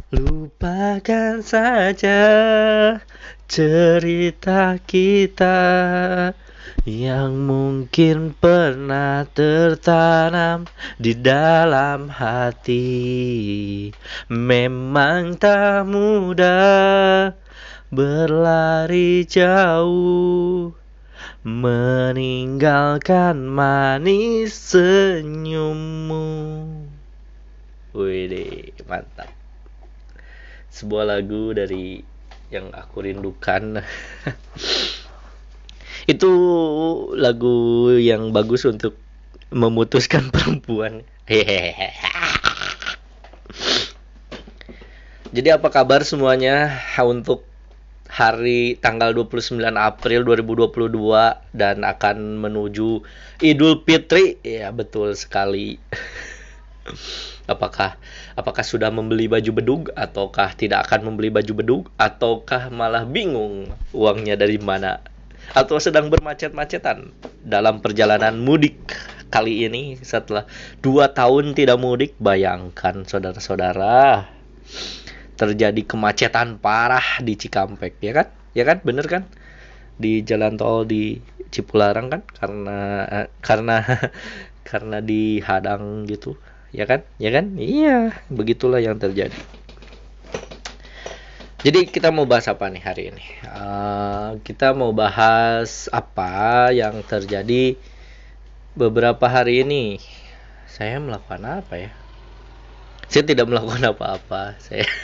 Lupakan saja cerita kita yang mungkin pernah tertanam di dalam hati. Memang tak mudah berlari jauh, meninggalkan manis senyummu. Wih, mantap. Sebuah lagu dari yang aku rindukan. Itu lagu yang bagus untuk memutuskan perempuan. Hehehe. Jadi apa kabar semuanya untuk hari tanggal 29 April 2022 dan akan menuju Idul Fitri? Ya, betul sekali. Apakah sudah membeli baju bedug ataukah tidak akan membeli baju bedug ataukah malah bingung uangnya dari mana atau sedang bermacet-macetan dalam perjalanan mudik kali ini setelah 2 tahun tidak mudik? Bayangkan saudara-saudara, terjadi kemacetan parah di Cikampek, ya kan? Ya kan? Bener kan? Di jalan tol di Cipularang kan karena dihadang gitu. Ya kan? Ya kan? Iya, begitulah yang terjadi. Jadi kita mau bahas apa nih hari ini? Kita mau bahas apa yang terjadi beberapa hari ini. Saya melakukan apa ya? Saya tidak melakukan apa-apa.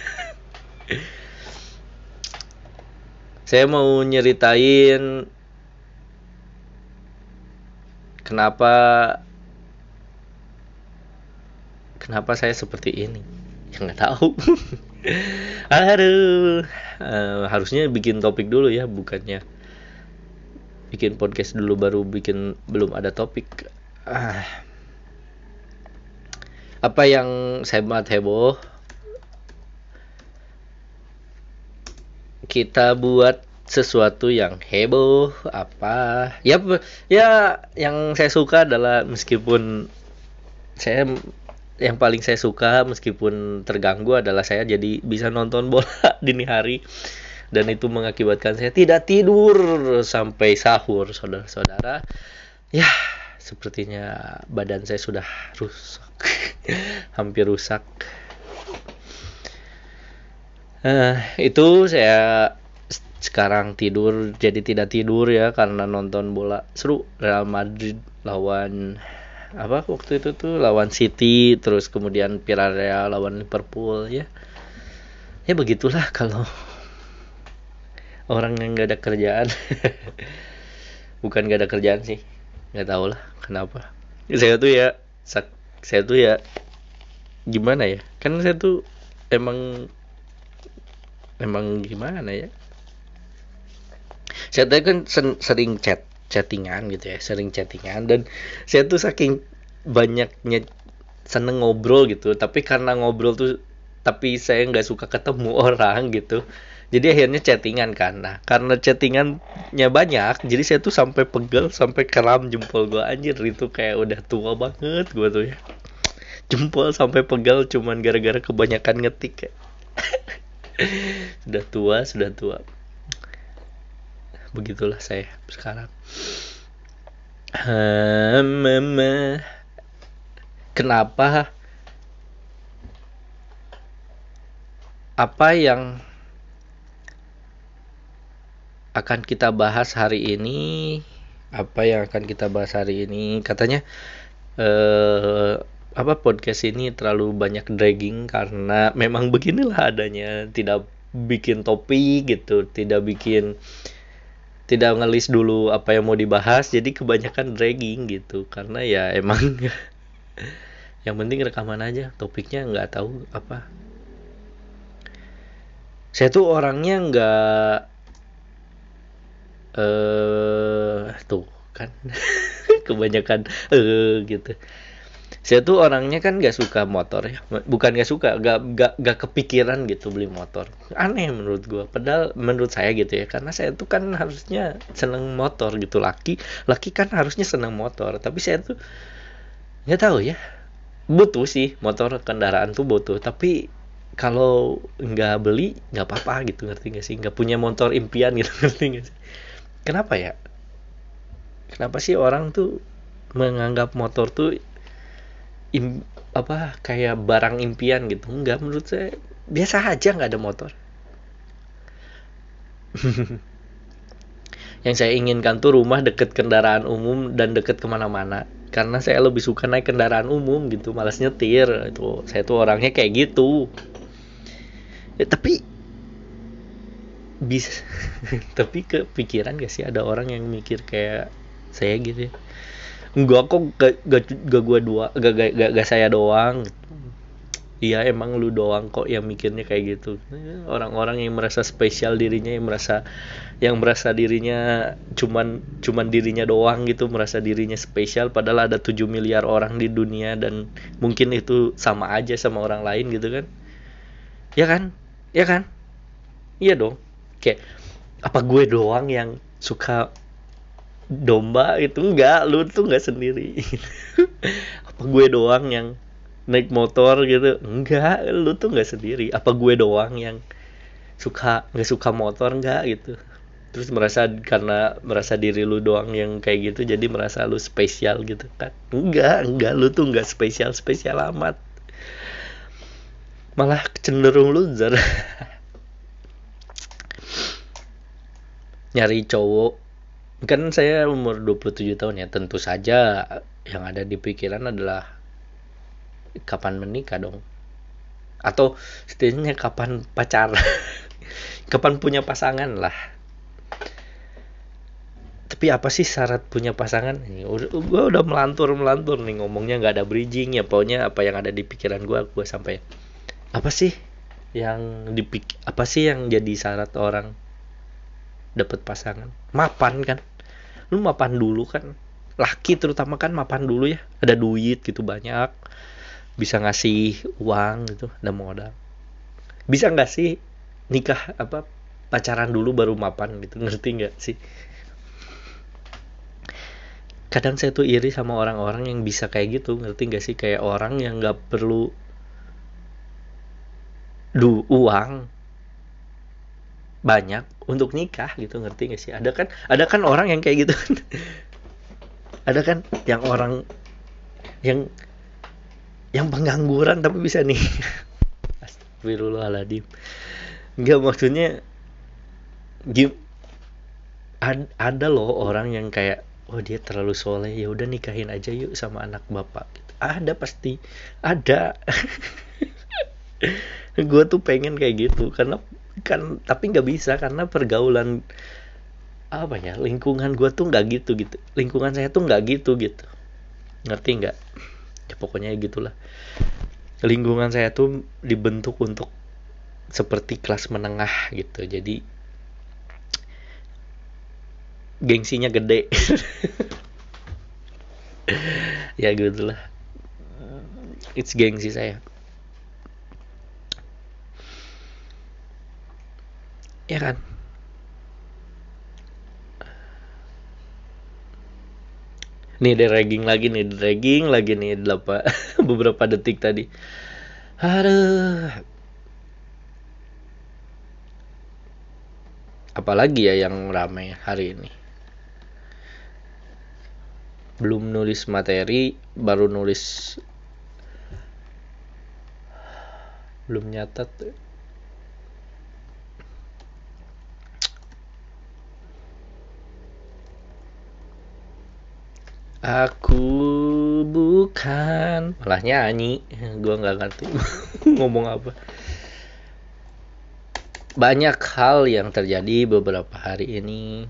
Saya mau nyeritain kenapa saya seperti ini. Ya nggak tahu. Aduh, harusnya bikin topik dulu ya, bukannya bikin podcast dulu baru belum ada topik. Apa yang sangat heboh? Kita buat sesuatu yang heboh apa? Ya, yang saya suka adalah meskipun yang paling saya suka meskipun terganggu adalah saya jadi bisa nonton bola dini hari dan itu mengakibatkan saya tidak tidur sampai sahur, saudara-saudara. Ya, sepertinya badan saya sudah rusak. Hampir rusak. Itu saya sekarang tidur jadi tidak tidur ya karena nonton bola seru. Real Madrid lawan apa waktu itu tuh lawan City, terus kemudian Villarreal lawan Liverpool ya. Ya begitulah kalau orang yang nggak ada kerjaan. Bukan nggak ada kerjaan sih, nggak tahu lah kenapa. Saya tuh ya gimana ya? Kan saya tuh emang gimana ya? Saya tuh kan sering chattingan gitu ya, sering chattingan dan saya tuh saking banyaknya seneng ngobrol gitu, tapi karena ngobrol tuh tapi saya nggak suka ketemu orang gitu, jadi akhirnya chattingan kan. Nah, karena chattingannya banyak jadi saya tuh sampai pegel, sampai kram jempol gue. Anjir, itu kayak udah tua banget gue tuh ya, jempol sampai pegel cuman gara-gara kebanyakan ngetik ya. sudah tua begitulah saya sekarang. Kenapa? Apa yang akan kita bahas hari ini? Katanya podcast ini terlalu banyak dragging karena memang beginilah adanya, tidak bikin topik gitu, tidak ngelis dulu apa yang mau dibahas, jadi kebanyakan dragging gitu karena ya emang yang penting rekaman aja, topiknya nggak tahu apa. Saya tuh orangnya nggak tuh kan kebanyakan gitu. Saya tuh orangnya kan gak suka motor ya, bukan gak suka, gak kepikiran gitu beli motor. Aneh menurut gue, padahal menurut saya gitu ya, karena saya tuh kan harusnya seneng motor gitu. Laki kan harusnya seneng motor, tapi saya tuh nggak tahu ya, butuh sih motor, kendaraan tuh butuh, tapi kalau nggak beli nggak apa-apa gitu, ngerti nggak sih? Nggak punya motor impian gitu, ngerti nggak sih? Kenapa ya? Kenapa sih orang tuh menganggap motor tuh apa kayak barang impian gitu? Enggak, menurut saya biasa aja nggak ada motor. Yang saya inginkan tuh rumah deket kendaraan umum dan deket kemana-mana. Karena saya lebih suka naik kendaraan umum gitu, malas nyetir. Itu saya tuh orangnya kayak gitu. Ya, tapi bisa, tapi kepikiran gak sih ada orang yang mikir kayak saya gitu ya? Enggak kok, gak gua dua, gak saya doang. Iya emang lu doang kok yang mikirnya kayak gitu. Orang-orang yang merasa spesial dirinya, yang merasa dirinya cuman dirinya doang gitu, merasa dirinya spesial padahal ada 7 miliar orang di dunia dan mungkin itu sama aja sama orang lain gitu kan. Ya kan? Ya kan? Iya dong. Kayak apa gue doang yang suka domba itu? Enggak, lu tuh enggak sendiri. Apa gue doang yang naik motor gitu? Enggak, lu tuh enggak sendiri. Apa gue doang yang nggak suka motor? Enggak gitu. Terus karena merasa diri lu doang yang kayak gitu jadi merasa lu spesial gitu kan? Enggak, lu tuh enggak spesial spesial amat, malah cenderung loser. Nyari cowok, kan saya umur 27 tahun ya, tentu saja yang ada di pikiran adalah kapan menikah dong, atau setidaknya kapan pacaran. Kapan punya pasangan lah. Tapi apa sih syarat punya pasangan? Gue udah melantur nih ngomongnya, nggak ada bridging ya, pokoknya apa yang ada di pikiran gue sampai. Apa sih apa sih yang jadi syarat orang dapat pasangan? Mapan kan? Lu mapan dulu kan? Laki terutama kan mapan dulu ya, ada duit gitu banyak, bisa ngasih uang gitu, ada modal. Bisa nggak sih nikah apa pacaran dulu baru mapan gitu, ngerti nggak sih? Kadang saya tuh iri sama orang-orang yang bisa kayak gitu, ngerti nggak sih? Kayak orang yang nggak perlu uang banyak untuk nikah gitu, ngerti gak sih? Ada kan orang yang kayak gitu. Ada kan yang orang yang pengangguran tapi bisa nih. Astagfirullahaladzim. Enggak, maksudnya gim ada loh orang yang kayak, oh dia terlalu soleh, ya udah nikahin aja yuk sama anak bapak gitu. Ada, pasti ada. Gue tuh pengen kayak gitu karena kan, tapi nggak bisa karena pergaulan apa ya, lingkungan gue tuh nggak gitu, lingkungan saya tuh nggak gitu, ngerti nggak? Ya pokoknya gitulah, lingkungan saya tuh dibentuk untuk seperti kelas menengah gitu, jadi gengsinya gede. Ya gitulah, it's gengsi saya, ya kan? Nih dragging lagi nih beberapa detik tadi. Aduh, apalagi ya yang ramai hari ini? Belum nulis materi, baru nulis, belum nyatat. Aku bukan, malah nyanyi, gue nggak ngerti ngomong apa. Banyak hal yang terjadi beberapa hari ini.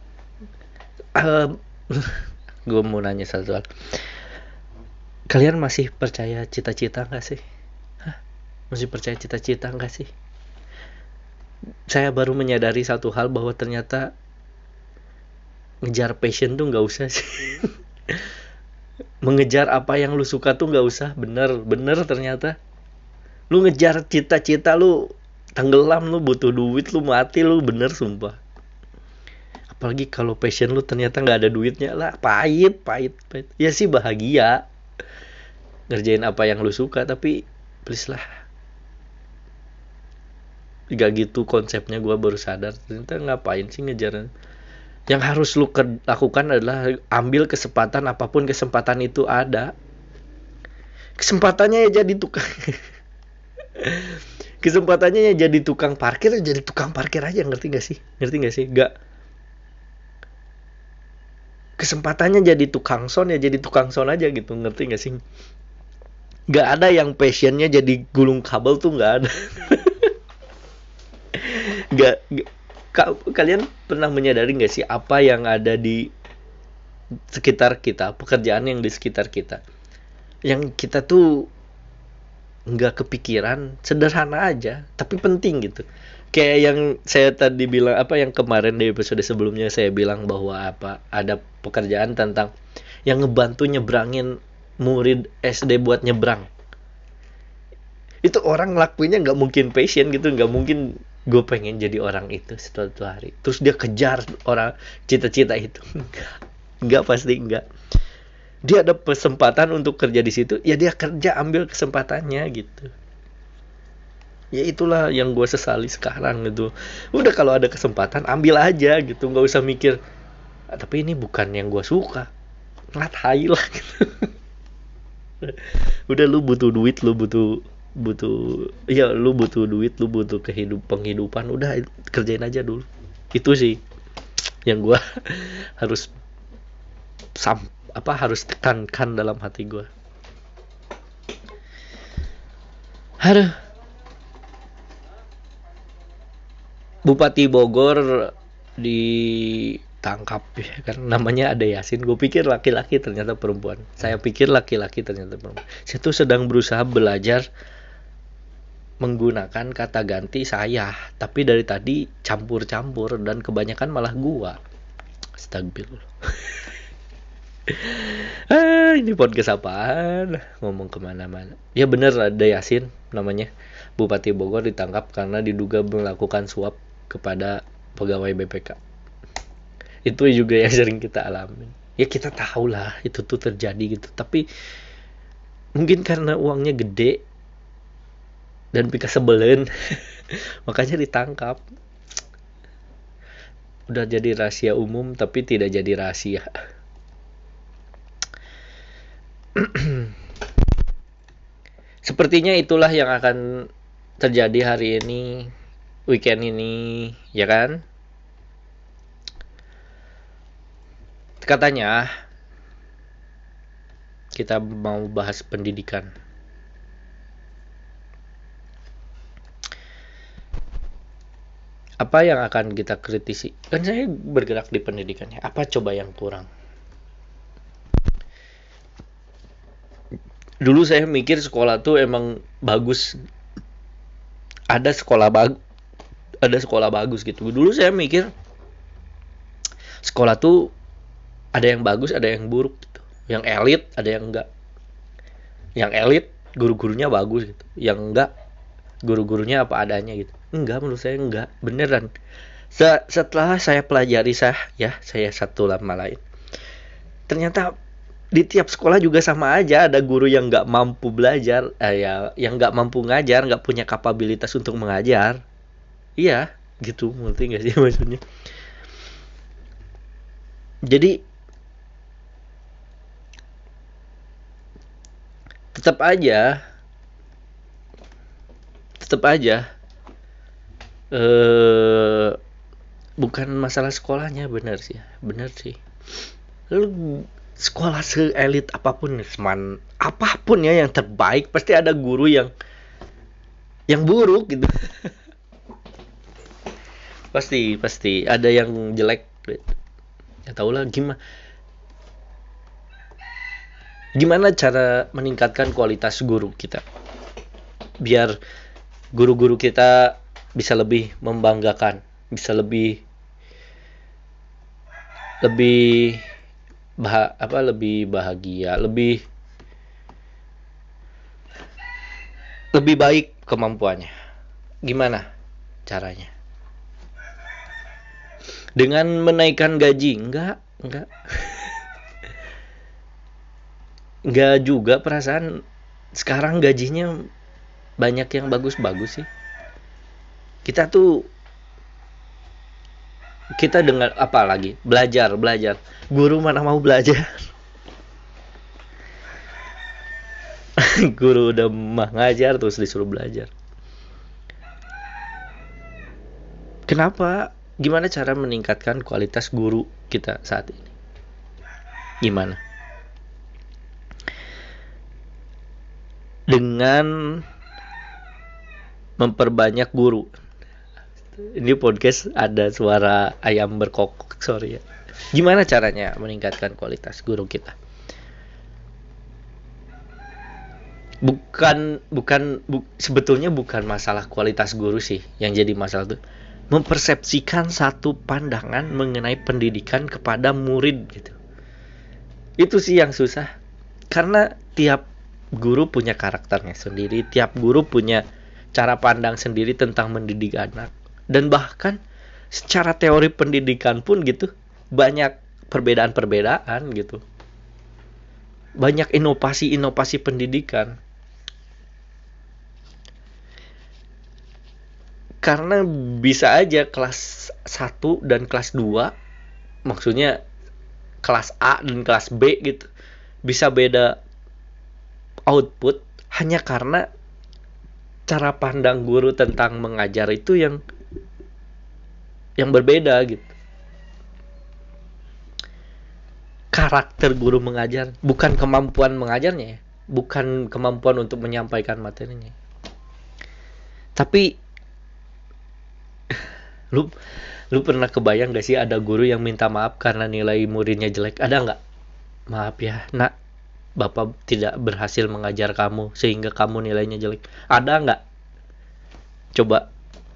Gue mau nanya satu hal. Kalian masih percaya cita-cita nggak sih? Masih percaya cita-cita nggak sih? Saya baru menyadari satu hal, bahwa ternyata ngejar passion tuh nggak usah sih. Mengejar apa yang lu suka tuh nggak usah, bener ternyata. Lu ngejar cita-cita lu tenggelam, lu butuh duit, lu mati, lu bener sumpah. Apalagi kalau passion lu ternyata nggak ada duitnya, lah pahit. Ya sih bahagia ngerjain apa yang lu suka, tapi please lah, Gak gitu konsepnya, gue baru sadar ternyata ngapain sih ngejar. Yang harus lu lakukan adalah ambil kesempatan, apapun kesempatan itu ada. Kesempatannya ya jadi tukang kesempatannya ya jadi tukang parkir, jadi tukang parkir aja. Ngerti gak sih? Gak. Kesempatannya jadi tukang son ya jadi tukang son aja gitu. Ngerti gak sih? Gak ada yang passionnya jadi gulung kabel tuh, gak ada. gak. Kalian pernah menyadari gak sih apa yang ada di sekitar kita, pekerjaan yang di sekitar kita, yang kita tuh nggak kepikiran, sederhana aja tapi penting gitu. Kayak yang saya tadi bilang, apa yang kemarin di episode sebelumnya saya bilang bahwa apa ada pekerjaan tentang yang ngebantu nyebrangin murid SD buat nyebrang. Itu orang ngelakuinnya nggak mungkin passion gitu, nggak mungkin gue pengen jadi orang itu suatu hari terus dia kejar orang cita-cita itu. Nggak, pasti nggak. Dia ada kesempatan untuk kerja di situ, ya dia kerja, ambil kesempatannya gitu. Ya itulah yang gue sesali sekarang gitu. Udah kalau ada kesempatan ambil aja gitu, nggak usah mikir tapi ini bukan yang gue suka, ngatai lah gitu. Udah, lu butuh duit, lu butuh ya lu butuh duit, lu butuh penghidupan, udah kerjain aja dulu. Itu sih yang gue harus harus tekankan dalam hati gue. Aduh. Bupati Bogor ditangkap ya kan, namanya ada Yasin. Gue pikir laki-laki, ternyata perempuan. Saya pikir laki-laki, ternyata perempuan. Saya tuh sedang berusaha belajar menggunakan kata ganti saya, tapi dari tadi campur-campur dan kebanyakan malah gua. Astagfirullah. Ini podcast apaan? Ngomong kemana-mana. Ya bener, ada Yasin namanya. Bupati Bogor ditangkap karena diduga melakukan suap kepada pegawai BPK. Itu juga yang sering kita alami. Ya kita tahu lah itu tuh terjadi gitu. Tapi mungkin karena uangnya gede dan pika sebelen, makanya ditangkap. Udah jadi rahasia umum tapi tidak jadi rahasia. Sepertinya itulah yang akan terjadi hari ini, weekend ini, ya kan? Katanya kita mau bahas pendidikan. Apa yang akan kita kritisi? Kan saya bergerak di pendidikannya. Apa coba yang kurang? Dulu saya mikir sekolah tuh emang bagus. Ada sekolah bagus gitu. Dulu saya mikir sekolah tuh ada yang bagus, ada yang buruk gitu. Yang elit, ada yang enggak. Yang elit guru-gurunya bagus gitu. Yang enggak guru-gurunya apa adanya gitu. Enggak, menurut saya enggak, beneran. Setelah saya pelajari saya satu sama lain, ternyata di tiap sekolah juga sama aja, ada guru yang nggak mampu belajar, yang nggak mampu ngajar, nggak punya kapabilitas untuk mengajar. Iya, gitu, ngerti nggak sih maksudnya? Jadi tetap aja bukan masalah sekolahnya, benar sih. Lalu sekolah se-elit apapun, apapun ya yang terbaik, pasti ada guru yang buruk gitu. pasti ada yang jelek. Ya tau lah gimana cara meningkatkan kualitas guru kita biar guru-guru kita bisa lebih membanggakan, bisa lebih bahagia, lebih baik kemampuannya. Gimana caranya? Dengan menaikkan gaji? Enggak. Enggak juga, perasaan sekarang gajinya banyak yang bagus-bagus sih. Kita dengan apa lagi? Belajar. Guru mana mau belajar? Guru udah mah ngajar terus disuruh belajar. Kenapa? Gimana cara meningkatkan kualitas guru kita saat ini? Gimana? Dengan memperbanyak guru. Ini podcast ada suara ayam berkokok, sorry ya. Gimana caranya meningkatkan kualitas guru kita? Sebetulnya bukan masalah kualitas guru sih yang jadi masalah tuh. Mempersepsikan satu pandangan mengenai pendidikan kepada murid gitu. Itu sih yang susah. Karena tiap guru punya karakternya sendiri, tiap guru punya cara pandang sendiri tentang mendidik anak. Dan bahkan secara teori pendidikan pun gitu banyak perbedaan-perbedaan gitu. Banyak inovasi pendidikan. Karena bisa aja kelas 1 dan kelas 2, maksudnya kelas A dan kelas B gitu, bisa beda output hanya karena cara pandang guru tentang mengajar itu yang berbeda gitu. Karakter guru mengajar, bukan kemampuan mengajarnya ya, bukan kemampuan untuk menyampaikan materinya. Tapi lu pernah kebayang gak sih ada guru yang minta maaf karena nilai muridnya jelek? Ada nggak? Maaf ya nak, bapak tidak berhasil mengajar kamu sehingga kamu nilainya jelek. Ada nggak? Coba.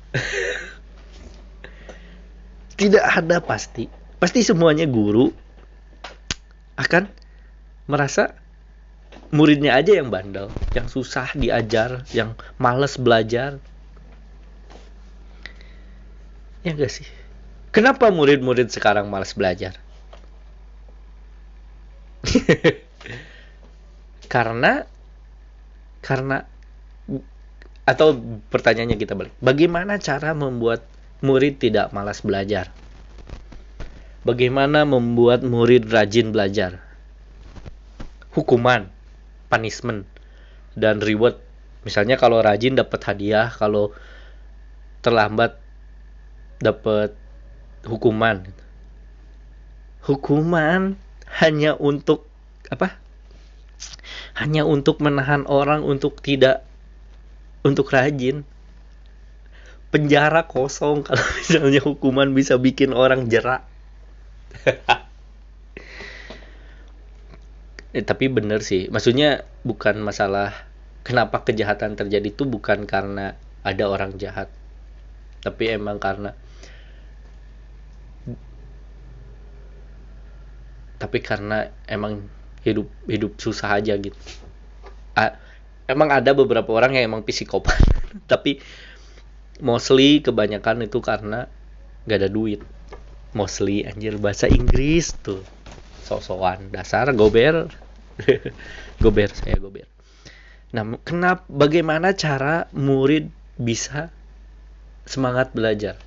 Tidak ada pasti semuanya guru akan merasa muridnya aja yang bandel, yang susah diajar, yang malas belajar. Ya gak sih? Kenapa murid-murid sekarang malas belajar? karena atau pertanyaannya kita balik. Bagaimana cara membuat murid tidak malas belajar? Bagaimana membuat murid rajin belajar? Hukuman, punishment, dan reward. Misalnya kalau rajin dapat hadiah, kalau terlambat dapat hukuman. Hukuman hanya untuk apa? Hanya untuk menahan orang untuk rajin. Penjara kosong kalau misalnya hukuman bisa bikin orang jerak. Tapi bener sih, maksudnya bukan masalah kenapa kejahatan terjadi itu bukan karena ada orang jahat, tapi emang karena emang hidup susah aja gitu. Emang ada beberapa orang yang emang psikopat tapi mostly kebanyakan itu karena gak ada duit. Mostly anjir, bahasa Inggris tuh sok-sokan dasar gober. gober. Nah, bagaimana cara murid bisa semangat belajar?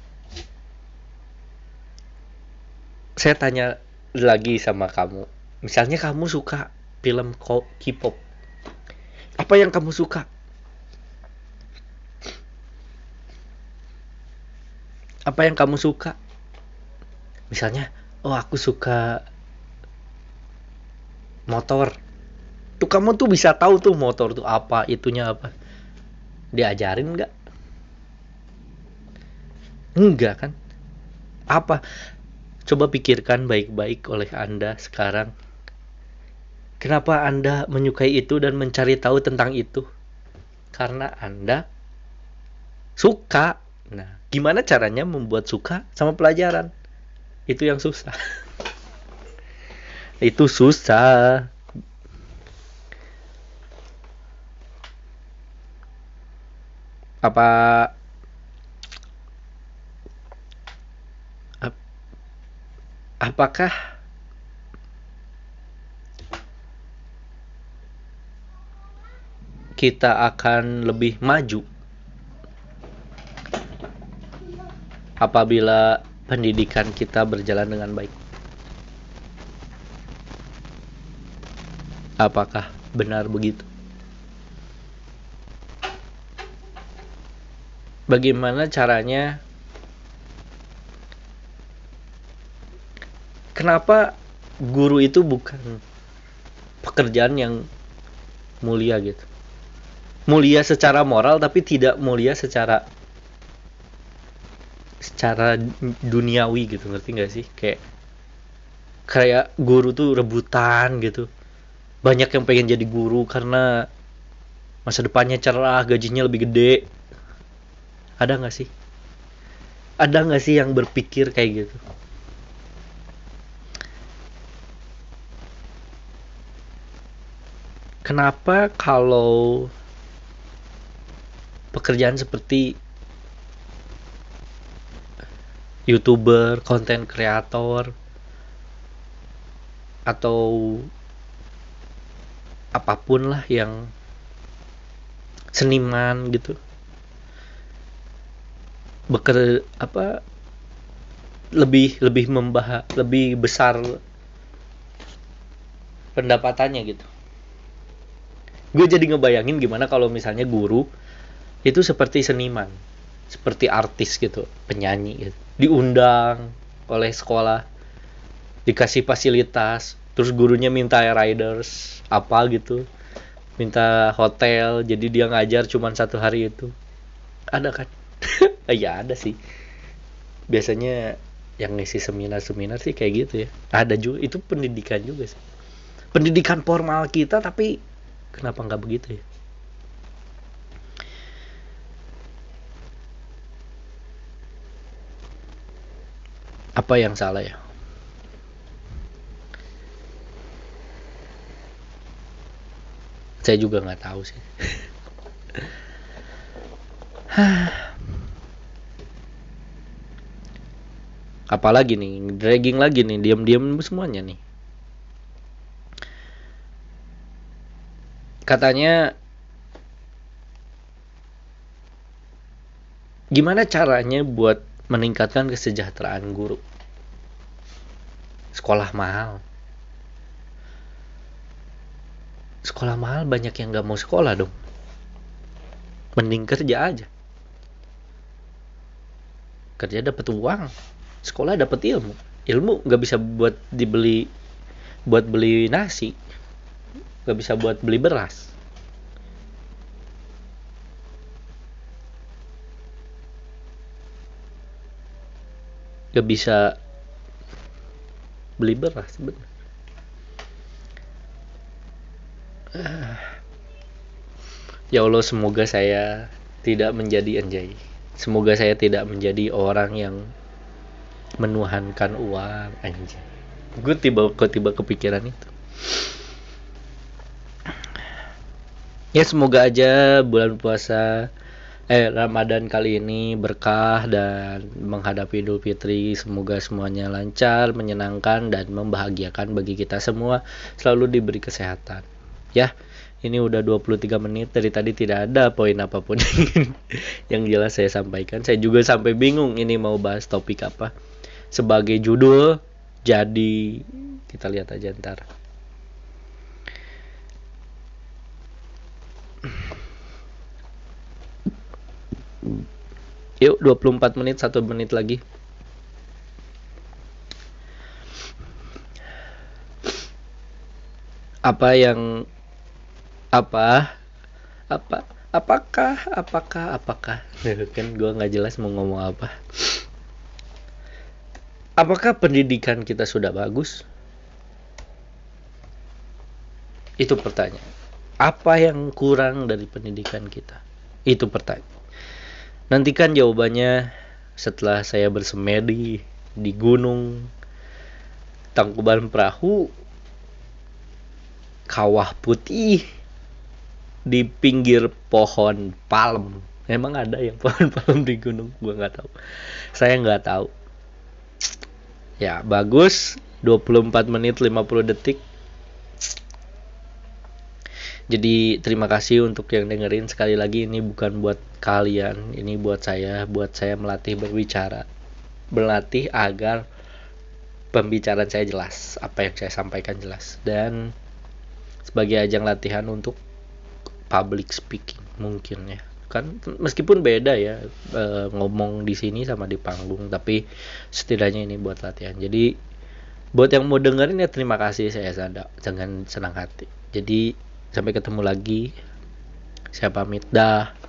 Saya tanya lagi sama kamu. Misalnya kamu suka film K-pop. Apa yang kamu suka? Apa yang kamu suka? Misalnya, oh aku suka motor. Tuh kamu tuh bisa tahu tuh motor tuh apa, itunya apa. Diajarin nggak? Enggak kan? Apa? Coba pikirkan baik-baik oleh Anda sekarang. Kenapa Anda menyukai itu dan mencari tahu tentang itu? Karena Anda suka. Nah, gimana caranya membuat suka sama pelajaran? Itu yang susah. Itu susah. Apakah kita akan lebih maju apabila pendidikan kita berjalan dengan baik. Apakah benar begitu? Bagaimana caranya? Kenapa guru itu bukan pekerjaan yang mulia gitu? Mulia secara moral tapi tidak mulia secara duniawi gitu, ngerti nggak sih? Kayak guru tuh rebutan gitu. Banyak yang pengen jadi guru karena masa depannya cerah, gajinya lebih gede. Ada nggak sih? Ada nggak sih yang berpikir kayak gitu? Kenapa kalau pekerjaan seperti YouTuber, konten kreator, atau apapun lah yang seniman gitu, lebih besar pendapatannya gitu. Gue jadi ngebayangin gimana kalau misalnya guru itu seperti seniman, seperti artis gitu, penyanyi gitu. Diundang oleh sekolah, dikasih fasilitas, terus gurunya minta riders apa gitu, minta hotel, jadi dia ngajar cuma 1 hari itu. Ada kan? Ya ada sih. Biasanya yang ngisi seminar sih kayak gitu ya. Ada juga, itu pendidikan juga sih. Pendidikan formal kita, tapi kenapa nggak begitu ya? Apa yang salah ya? Saya juga nggak tahu sih. Apalagi nih, dragging lagi nih, diam-diam semuanya nih. Katanya gimana caranya buat meningkatkan kesejahteraan guru? Sekolah mahal. Sekolah mahal, banyak yang nggak mau sekolah dong. Mending kerja aja. Kerja dapat uang, sekolah dapat ilmu. Ilmu nggak bisa buat beli nasi, nggak bisa buat beli beras. Nggak bisa beli beras sebenarnya. Ya Allah, semoga saya tidak menjadi anjay. Semoga saya tidak menjadi orang yang menuhankan uang, anjay. Gue tiba kepikiran itu. Ya semoga aja bulan puasa Ramadan kali ini berkah dan menghadapi Idul Fitri semoga semuanya lancar, menyenangkan dan membahagiakan bagi kita semua, selalu diberi kesehatan. Ya, ini udah 23 menit, dari tadi tidak ada poin apapun yang jelas saya sampaikan. Saya juga sampai bingung ini mau bahas topik apa. Sebagai judul, jadi kita lihat aja ntar. Yuk, 24 menit, 1 menit lagi. Apakah kan gue nggak jelas mau ngomong apa. Apakah pendidikan kita sudah bagus? Itu pertanyaan. Apa yang kurang dari pendidikan kita? Itu pertanyaan. Nantikan jawabannya setelah saya bersemedi di gunung Tangkuban Perahu, kawah putih di pinggir pohon palem. Emang ada yang pohon palem di gunung? Gua nggak tahu. Saya nggak tahu. Ya bagus, 24 menit 50 detik. Jadi terima kasih untuk yang dengerin. Sekali lagi ini bukan buat kalian, ini buat saya melatih berbicara. berlatih agar pembicaraan saya jelas, apa yang saya sampaikan jelas, dan sebagai ajang latihan untuk public speaking mungkin ya. Kan meskipun beda ya, ngomong di sini sama di panggung, tapi setidaknya ini buat latihan. Jadi buat yang mau dengerin ya terima kasih, saya sadar dengan senang hati. Jadi sampai ketemu lagi, saya pamit dah.